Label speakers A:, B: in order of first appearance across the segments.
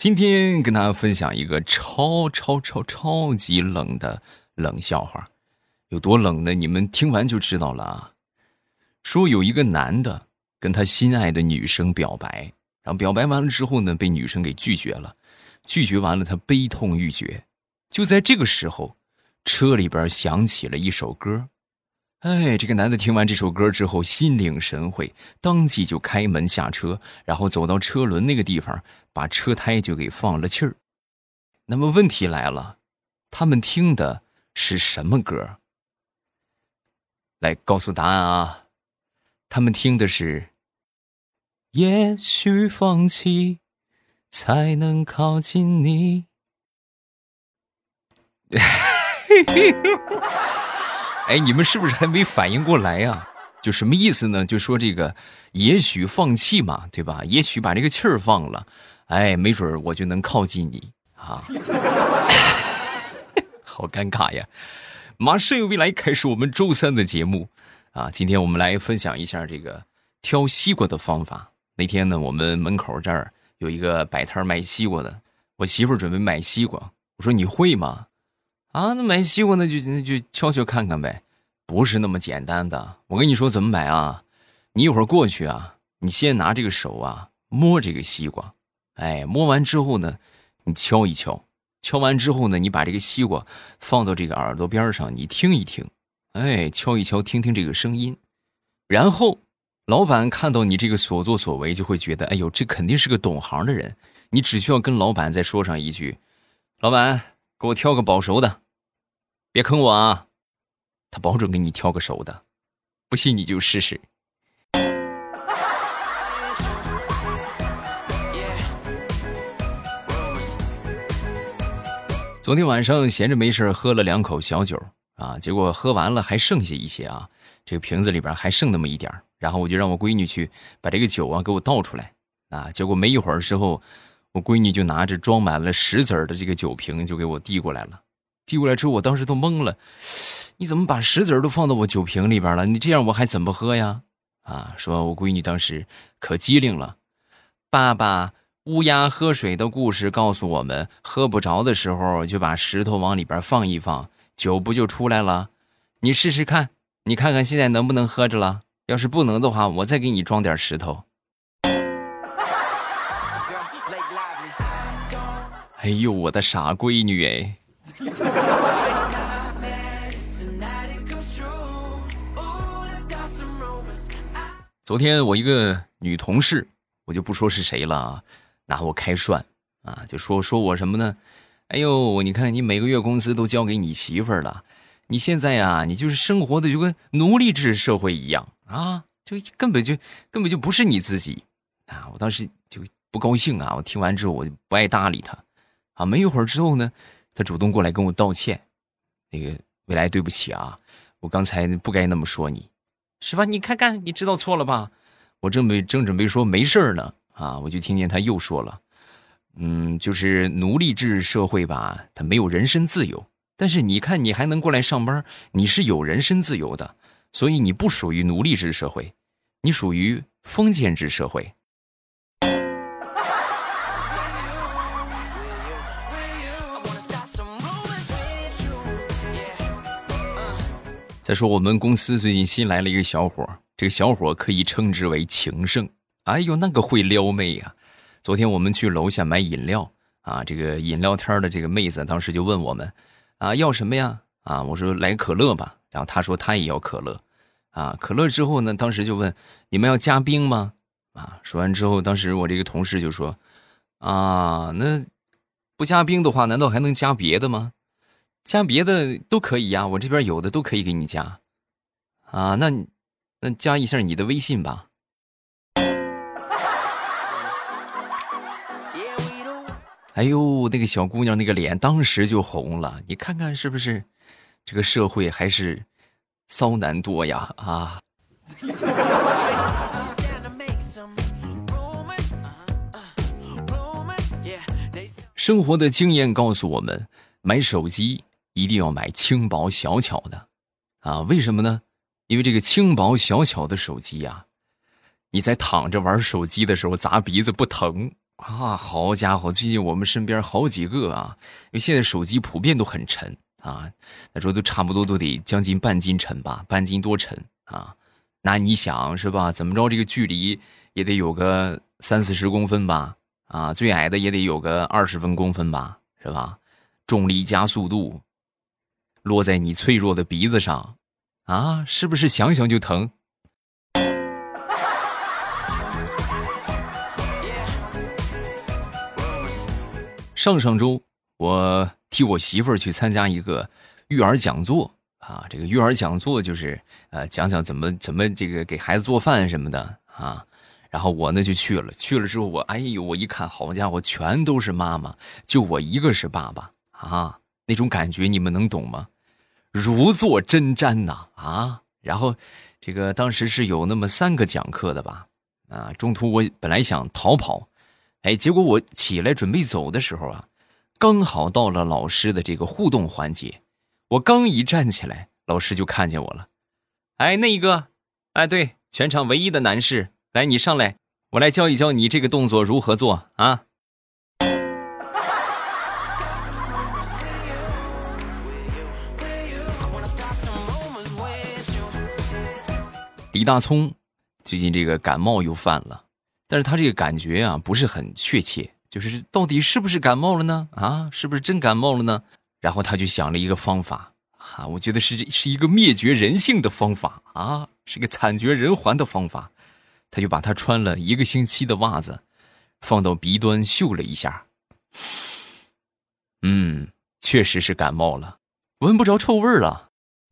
A: 今天跟大家分享一个超级冷的冷笑话，有多冷呢？你们听完就知道了啊。说有一个男的跟他心爱的女生表白，然后表白完了之后呢，被女生给拒绝了，拒绝完了他悲痛欲绝。就在这个时候，车里边响起了一首歌。这个男的听完这首歌之后心领神会，当即就开门下车，然后走到车轮那个地方，把车胎就给放了气儿。那么问题来了，他们听的是什么歌？来告诉答案啊！他们听的是也许放弃才能靠近你。你们是不是还没反应过来啊？就什么意思呢？就说这个也许放弃嘛，对吧？也许把这个气儿放了，没准我就能靠近你啊。好尴尬呀。马上由未来开始我们周三的节目啊，今天我们来分享一下这个挑西瓜的方法。那天呢，我们门口这儿有一个摆摊卖西瓜的，我媳妇儿准备买西瓜，我说你会吗？那买西瓜呢就敲敲看看呗，不是那么简单的。我跟你说怎么买啊？你一会儿过去啊，你先拿这个手啊摸这个西瓜，摸完之后呢，你敲一敲，敲完之后呢，你把这个西瓜放到这个耳朵边上，你听一听，敲一敲，听听这个声音，然后老板看到你这个所作所为，就会觉得，这肯定是个懂行的人。你只需要跟老板再说上一句，老板给我挑个保熟的，别坑我啊！他保准给你挑个熟的，不信你就试试。昨天晚上闲着没事喝了2口小酒啊，结果喝完了还剩下一些啊，这个瓶子里边还剩那么一点，然后我就让我闺女去把这个酒啊给我倒出来啊，结果没一会儿之后，我闺女就拿着装满了10子的这个酒瓶就给我递过来了。递过来之后我当时都懵了，你怎么把10子都放到我酒瓶里边了？你这样我还怎么喝呀？说我闺女当时可机灵了，爸爸，乌鸦喝水的故事告诉我们，喝不着的时候就把石头往里边放一放，酒不就出来了？你试试看，你看看现在能不能喝着了？要是不能的话，我再给你装点石头。哎呦，我的傻闺女昨天我一个女同事，我就不说是谁了啊，拿我开涮啊，就说我什么呢？你看你每个月工资都交给你媳妇儿了，你现在呀，你就是生活的就跟奴隶制社会一样啊，就根本就不是你自己啊！我当时就不高兴啊，我听完之后我就不爱搭理他啊。没一会儿之后呢，他主动过来跟我道歉，那个未来对不起啊，我刚才不该那么说你。是吧？你看看，你知道错了吧？我正准备说没事呢啊，我就听见他又说了，就是奴隶制社会吧，他没有人身自由。但是你看，你还能过来上班，你是有人身自由的，所以你不属于奴隶制社会，你属于封建制社会。再说我们公司最近新来了一个小伙，这个小伙可以称之为情圣，那个会撩妹啊！昨天我们去楼下买饮料啊，这个饮料摊的这个妹子当时就问我们啊，要什么呀？啊，我说来可乐吧，然后她说她也要可乐啊。可乐之后呢，当时就问你们要加冰吗？啊，说完之后，当时我这个同事就说啊，那不加冰的话，难道还能加别的吗？加别的都可以呀，我这边有的都可以给你加啊。那加一下你的微信吧。那个小姑娘那个脸当时就红了，你看看是不是？这个社会还是骚男多呀啊！生活的经验告诉我们，买手机一定要买轻薄小巧的啊！为什么呢？因为这个轻薄小巧的手机啊，你在躺着玩手机的时候砸鼻子不疼啊，好家伙，最近我们身边好几个啊，因为现在手机普遍都很沉啊，那时候都差不多都得将近半斤沉吧，半斤多沉啊。那你想是吧？怎么着这个距离也得有个30-40公分吧？啊，最矮的也得有个20公分吧，是吧？重力加速度落在你脆弱的鼻子上，啊，是不是想想就疼？上上周我替我媳妇儿去参加一个育儿讲座啊，这个育儿讲座就是讲讲怎么这个给孩子做饭什么的啊。然后我呢就去了之后我一看，好家伙，全都是妈妈，就我一个是爸爸啊，那种感觉你们能懂吗？如坐针毡呐啊！然后这个当时是有那么3个讲课的吧啊，中途我本来想逃跑，结果我起来准备走的时候啊，刚好到了老师的这个互动环节，我刚一站起来，老师就看见我了。那一个，对，全场唯一的男士，来，你上来，我来教一教你这个动作如何做啊。李大聪最近这个感冒又犯了，但是他这个感觉啊不是很确切，就是到底是不是感冒了呢？啊，是不是真感冒了呢？然后他就想了一个方法啊，我觉得是一个灭绝人性的方法啊，是个惨绝人寰的方法。他就把他穿了1个星期的袜子放到鼻端嗅了一下，确实是感冒了，闻不着臭味了。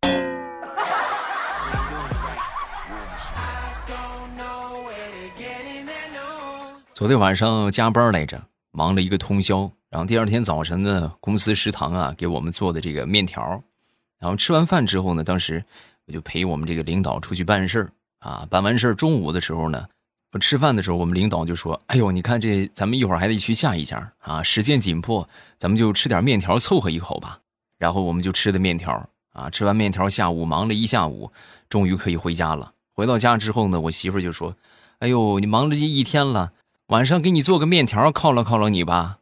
A: 昨天晚上加班来着，忙了一个通宵，然后第二天早晨呢，公司食堂啊给我们做的这个面条，然后吃完饭之后呢，当时我就陪我们这个领导出去办事啊，办完事中午的时候呢，我吃饭的时候，我们领导就说：“哎呦，你看这咱们一会儿还得去下一家啊，时间紧迫，咱们就吃点面条凑合一口吧。”然后我们就吃的面条啊，吃完面条，下午忙了一下午，终于可以回家了。回到家之后呢，我媳妇就说：“哎呦，你忙了这一天了。”晚上给你做个面条犒劳犒劳你吧，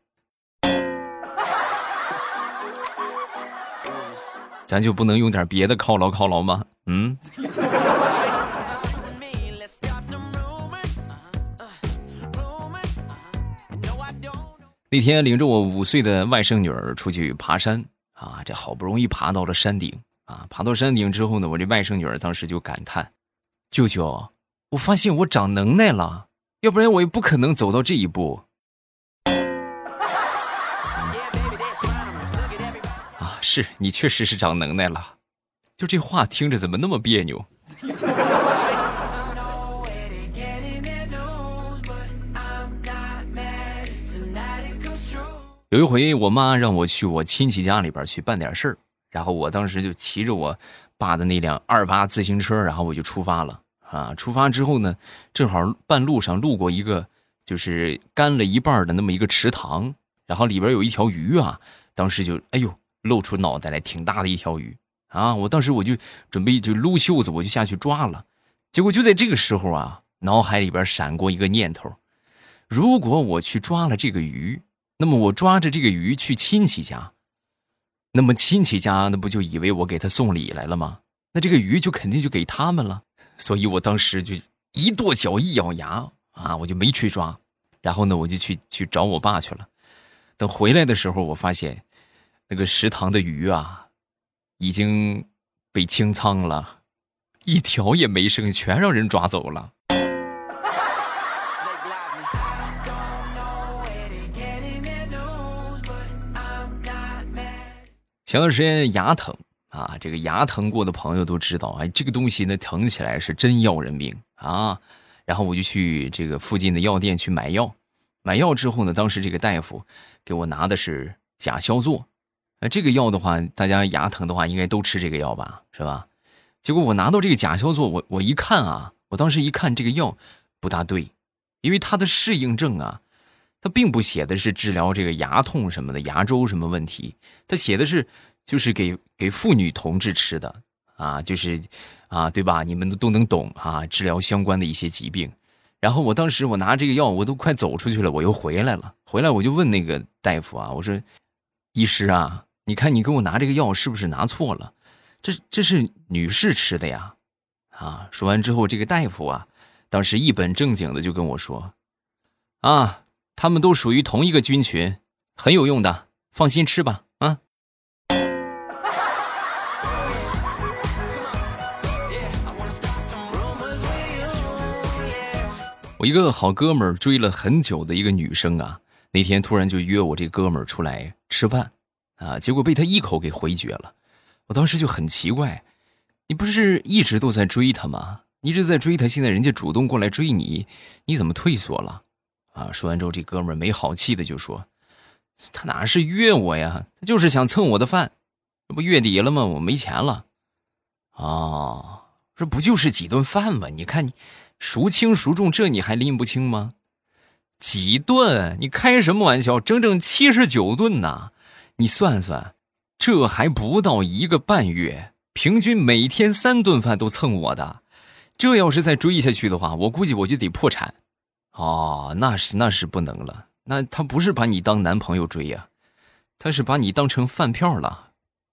A: 咱就不能用点别的犒劳犒劳吗？那天领着我5岁的外甥女儿出去爬山啊，这好不容易爬到了山顶啊，爬到山顶之后呢，我这外甥女儿当时就感叹：“舅舅，我发现我长能耐了。”要不然我也不可能走到这一步啊！是你确实是长能耐了，就这话听着怎么那么别扭？有一回我妈让我去我亲戚家里边去办点事儿，然后我当时就骑着我爸的那辆28自行车，然后我就出发了。出发之后呢，正好半路上路过一个就是干了一半的那么一个池塘，然后里边有一条鱼啊，当时就露出脑袋来，挺大的一条鱼啊！我当时我就准备就撸袖子，我就下去抓了。结果就在这个时候啊，脑海里边闪过一个念头：如果我去抓了这个鱼，那么我抓着这个鱼去亲戚家，那么亲戚家那不就以为我给他送礼来了吗？那这个鱼就肯定就给他们了。所以我当时就一跺脚一咬牙啊，我就没去抓，然后呢我就去找我爸去了。等回来的时候，我发现那个食堂的鱼啊已经被清仓了，一条也没剩，全让人抓走了。前段时间牙疼啊，这个牙疼过的朋友都知道，这个东西呢疼起来是真要人命啊。然后我就去这个附近的药店去买药，买药之后呢，当时这个大夫给我拿的是甲硝唑，这个药的话，大家牙疼的话应该都吃这个药吧，是吧？结果我拿到这个甲硝唑，我一看啊，我当时一看这个药不大对，因为它的适应症啊，它并不写的是治疗这个牙痛什么的牙周什么问题，它写的是就是给妇女同志吃的啊，就是啊，对吧？你们都能懂啊，治疗相关的一些疾病。 然后我当时我拿这个药，我都快走出去了，我又回来了。回来我就问那个大夫啊，我说：“医师啊，你看你给我拿这个药是不是拿错了？这是女士吃的呀。”啊，说完之后，这个大夫啊，当时一本正经的就跟我说：“啊，他们都属于同一个菌群，很有用的，放心吃吧。”啊。我一个好哥们儿追了很久的一个女生啊，那天突然就约我这哥们儿出来吃饭啊，结果被他一口给回绝了。我当时就很奇怪，你不是一直都在追他吗？你一直在追他，现在人家主动过来追你，你怎么退缩了？啊！说完之后，这哥们儿没好气的就说：“他哪是约我呀？他就是想蹭我的饭，这不月底了吗？我没钱了。”哦，这不就是几顿饭吗？你看你孰轻孰重，这你还拎不清吗？几顿？你开什么玩笑？整整79顿呐！你算算，这还不到1个半月，平均每天3顿饭都蹭我的。这要是再追下去的话，我估计我就得破产。哦，那是不能了。那他不是把你当男朋友追呀，他是把你当成饭票了。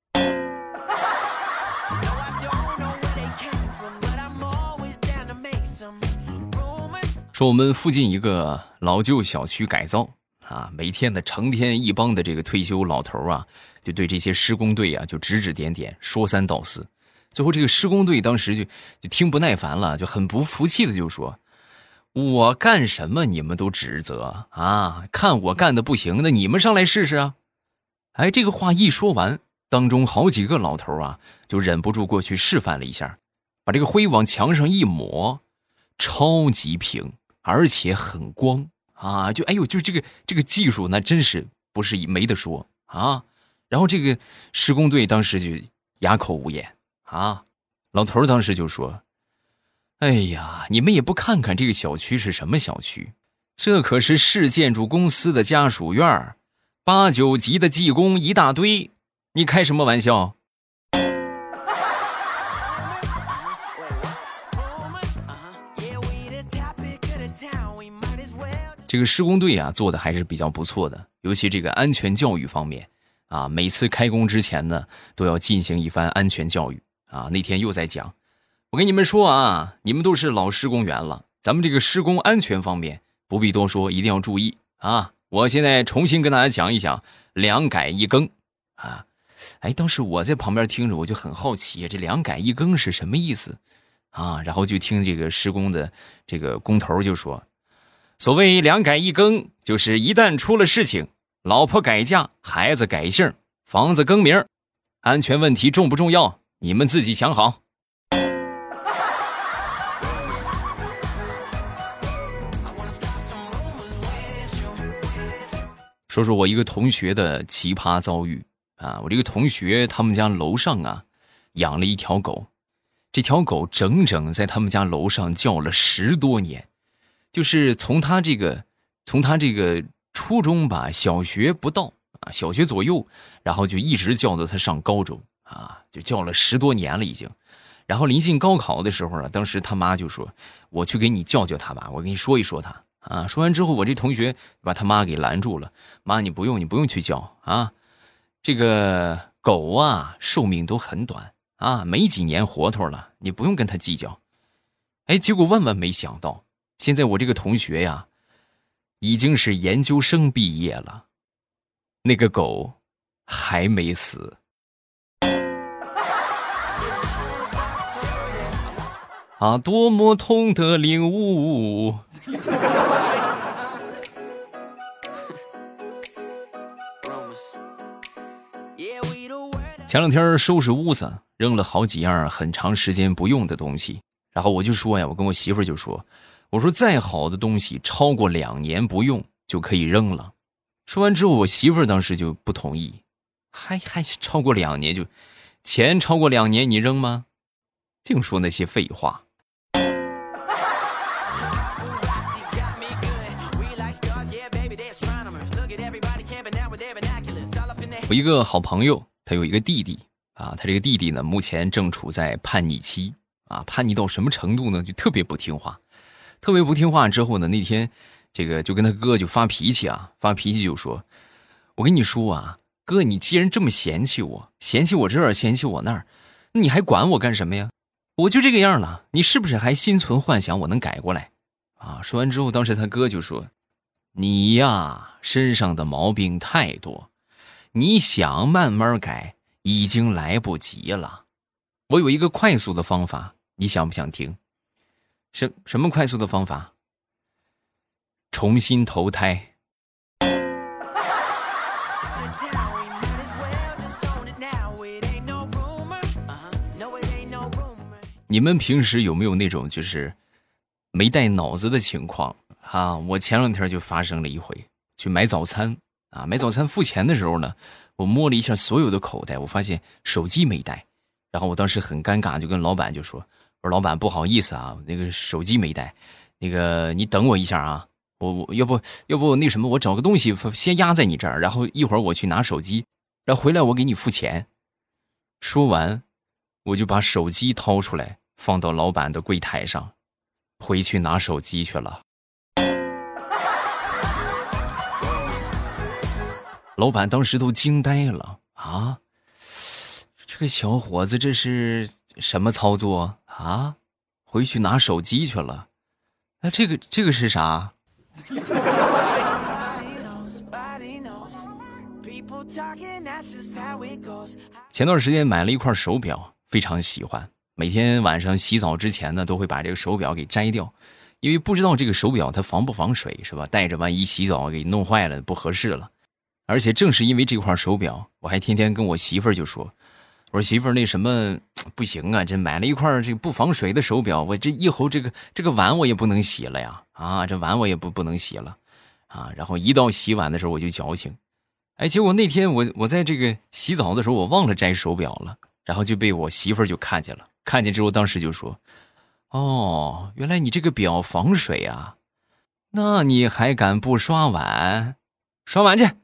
A: 说我们附近一个老旧小区改造啊，每天的成天一帮的这个退休老头啊，就对这些施工队啊就指指点点，说三道四。最后这个施工队当时就听不耐烦了，就很不服气的就说：“我干什么你们都指责啊？看我干的不行的，你们上来试试啊！”哎，这个话一说完，当中好几个老头啊就忍不住过去示范了一下，把这个灰往墙上一抹，超级平。而且很光啊，就哎呦，就这个技术那真是不是没得说啊。然后这个施工队当时就哑口无言啊。老头当时就说：“哎呀，你们也不看看这个小区是什么小区，这可是市建筑公司的家属院，8、9级的技工一大堆，你开什么玩笑？”这个施工队啊做的还是比较不错的，尤其这个安全教育方面啊，每次开工之前呢都要进行一番安全教育啊。那天又在讲，我跟你们说啊，你们都是老施工员了，咱们这个施工安全方面不必多说，一定要注意啊。我现在重新跟大家讲一讲2改1更啊。哎，当时我在旁边听着我就很好奇，这2改1更是什么意思啊？然后就听这个施工的这个工头就说，所谓2改1更，就是一旦出了事情，老婆改嫁，孩子改姓，房子更名，安全问题重不重要？你们自己想好。说说我一个同学的奇葩遭遇啊，我这个同学他们家楼上啊养了一条狗，这条狗整整在他们家楼上叫了10多年。就是从他这个初中吧，小学不到啊，小学左右，然后就一直叫到他上高中啊，就叫了10多年了已经。然后临近高考的时候呢，当时他妈就说：“我去给你叫叫他吧，我跟你说一说他啊。”说完之后，我这同学把他妈给拦住了：“妈，你不用去叫啊，这个狗啊寿命都很短啊，没几年活头了，你不用跟他计较。”哎，结果万万没想到。现在我这个同学呀，已经是研究生毕业了，那个狗还没死。啊，多么痛的领悟！前2天收拾屋子，扔了好几样很长时间不用的东西，然后我就说呀，我跟我媳妇就说。我说再好的东西超过2年不用就可以扔了。说完之后，我媳妇儿当时就不同意，还超过2年就钱超过2年你扔吗？净说那些废话。我一个好朋友，他有一个弟弟啊，他这个弟弟呢目前正处在叛逆期啊，叛逆到什么程度呢？就特别不听话。 特别不听话之后呢，那天这个就跟他哥就发脾气就说，我跟你说啊，哥，你既然这么嫌弃我这儿嫌弃我那儿，那你还管我干什么呀？我就这个样了，你是不是还心存幻想我能改过来啊？说完之后，当时他哥就说，你呀身上的毛病太多，你想慢慢改已经来不及了。我有一个快速的方法，你想不想听？什么快速的方法？重新投胎。你们平时有没有那种就是没带脑子的情况啊？我前2天就发生了一回，去买早餐啊，买早餐付钱的时候呢，我摸了一下所有的口袋，我发现手机没带，然后我当时很尴尬，就跟老板就说，我说老板不好意思啊，那个手机没带，那个你等我一下啊，我要不那什么，我找个东西先压在你这儿，然后一会儿我去拿手机，然后回来我给你付钱。说完我就把手机掏出来放到老板的柜台上，回去拿手机去了。老板当时都惊呆了啊，这个小伙子这是什么操作啊？回去拿手机去了。那这个是啥？前段时间买了一块手表，非常喜欢，每天晚上洗澡之前呢都会把这个手表给摘掉，因为不知道这个手表它防不防水，是吧？戴着万一洗澡给弄坏了不合适了。而且正是因为这块手表，我还天天跟我媳妇儿就说，我说媳妇儿那什么不行啊，这买了一块这个不防水的手表，我这以后这个碗我也不能洗了呀，啊，这碗我也不能洗了啊。然后一到洗碗的时候我就矫情，哎，结果那天我在这个洗澡的时候我忘了摘手表了，然后就被我媳妇儿就看见了，看见之后当时就说，哦，原来你这个表防水啊，那你还敢不刷碗？刷碗去。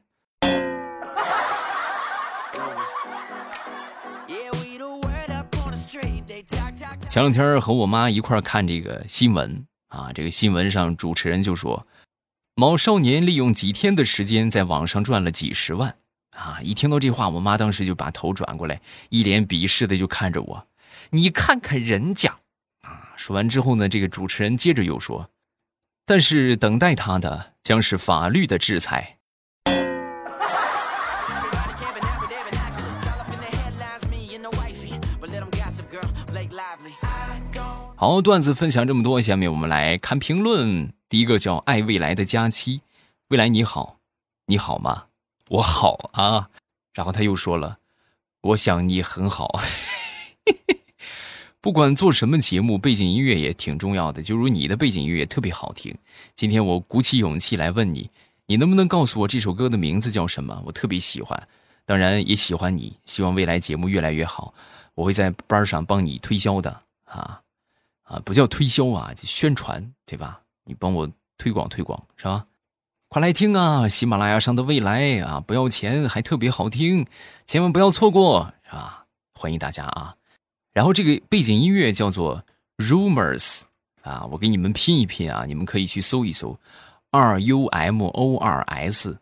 A: 前2天和我妈一块看这个新闻啊，这个新闻上主持人就说，某少年利用几天的时间在网上赚了几十万啊！一听到这话，我妈当时就把头转过来，一脸鄙视的就看着我，你看看人家啊！说完之后呢，这个主持人接着又说，但是等待他的将是法律的制裁。好，段子分享这么多，下面我们来看评论。第一个叫爱未来的佳期，未来你好，你好吗？我好啊。然后他又说了，我想你很好。不管做什么节目，背景音乐也挺重要的，就如你的背景音乐特别好听。今天我鼓起勇气来问你，你能不能告诉我这首歌的名字叫什么？我特别喜欢，当然也喜欢你，希望未来节目越来越好，我会在班上帮你推销的啊。不叫推销啊，就宣传，对吧？你帮我推广推广，是吧？快来听啊，喜马拉雅上的未来啊，不要钱还特别好听，千万不要错过，是吧？欢迎大家啊。然后这个背景音乐叫做 Rumors 啊，我给你们拼一拼啊，你们可以去搜一搜 RUMORS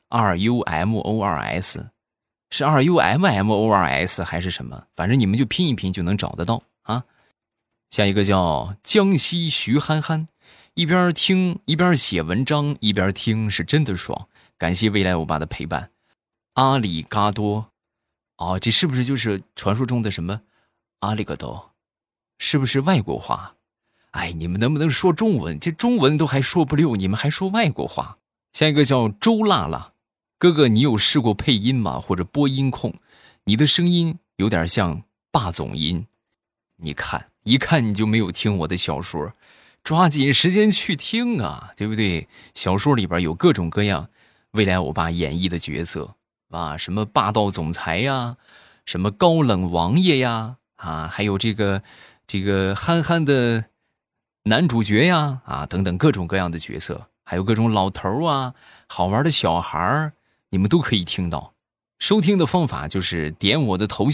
A: 是 RUMMORS 还是什么？反正你们就拼一拼就能找得到啊。下一个叫江西徐憨憨，一边听一边写文章，一边听是真的爽，感谢未来欧巴的陪伴。阿里嘎多，哦，这是不是就是传说中的什么阿里嘎多？是不是外国话？哎，你们能不能说中文？这中文都还说不溜，你们还说外国话？下一个叫周辣辣，哥哥，你有试过配音吗？或者播音控？你的声音有点像霸总音，你看。一看你就没有听我的小说，抓紧时间去听啊，对不对？小说里边有各种各样未来欧巴演绎的角色啊，什么霸道总裁呀，什么高冷王爷呀，啊，还有这个憨憨的男主角呀，啊，等等各种各样的角色，还有各种老头啊，好玩的小孩，你们都可以听到。收听的方法就是点我的头像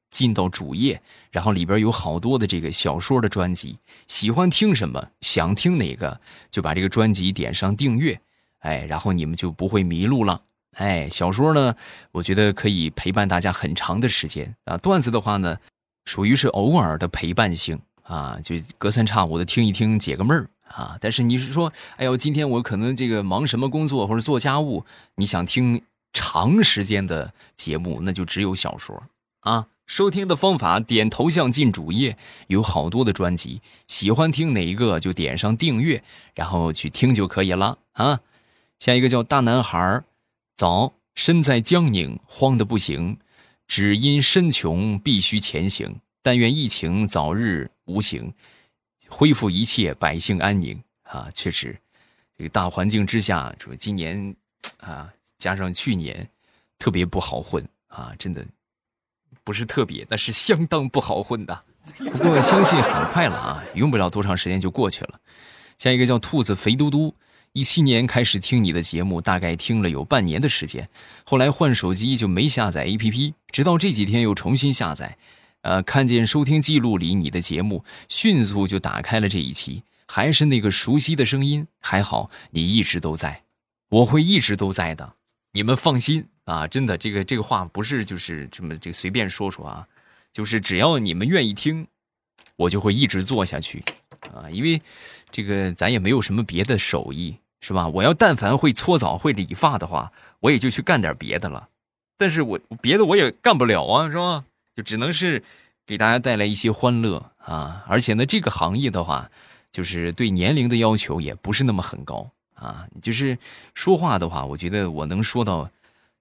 A: 进到主页，然后里边有好多的这个小说的专辑，喜欢听什么，想听哪个，就把这个专辑点上订阅，然后你们就不会迷路了。小说呢，我觉得可以陪伴大家很长的时间啊。段子的话呢，属于是偶尔的陪伴性啊，就隔三差五的听一听解个闷儿啊。但是你是说，哎呦，今天我可能这个忙什么工作或者做家务，你想听长时间的节目，那就只有小说啊。收听的方法，点头像进主页，有好多的专辑，喜欢听哪一个就点上订阅，然后去听就可以了啊。下一个叫大男孩，早身在江宁，慌得不行，只因身穷必须前行，但愿疫情早日无形，恢复一切百姓安宁啊。确实这个大环境之下，说今年啊加上去年特别不好混啊，真的不是特别，但是相当不好混的。不过相信很快了啊，用不了多长时间就过去了。下一个叫兔子肥嘟嘟，17年开始听你的节目，大概听了有半年的时间，后来换手机就没下载 APP， 直到这几天又重新下载，看见收听记录里你的节目，迅速就打开了这一期，还是那个熟悉的声音，还好你一直都在，我会一直都在的，你们放心啊！真的，这个话不是就是这么这个随便说说啊，就是只要你们愿意听，我就会一直做下去啊！因为这个咱也没有什么别的手艺，是吧？我要但凡会搓澡会理发的话，我也就去干点别的了。但是我别的我也干不了啊，是吧？就只能是给大家带来一些欢乐啊！而且呢，这个行业的话，就是对年龄的要求也不是那么很高啊。就是说话的话，我觉得我能说到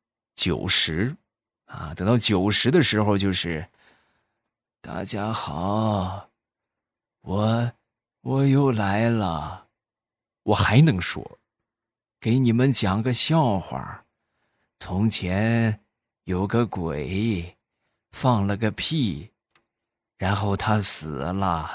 A: 90啊，等到90的时候就是大家好，我又来了，我还能说，给你们讲个笑话。从前有个鬼放了个屁，然后他死了。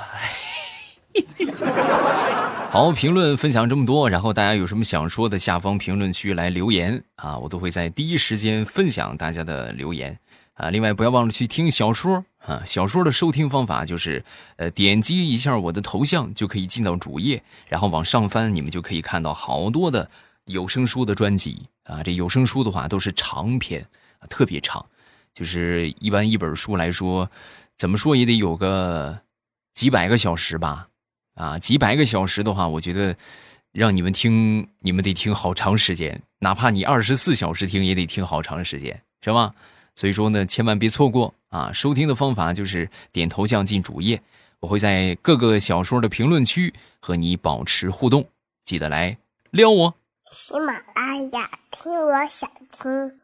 A: 好，评论分享这么多，然后大家有什么想说的，下方评论区来留言啊，我都会在第一时间分享大家的留言啊。另外不要忘了去听小说啊，小说的收听方法就是点击一下我的头像就可以进到主页，然后往上翻，你们就可以看到好多的有声书的专辑啊。这有声书的话都是长篇啊，特别长，就是一般一本书来说，怎么说也得有个几百个小时吧。啊，几百个小时的话，我觉得让你们听，你们得听好长时间，哪怕你24小时听也得听好长时间，是吧？所以说呢，千万别错过啊！收听的方法就是点头像进主页，我会在各个小说的评论区和你保持互动，记得来撩我。
B: 喜马拉雅，听我想听。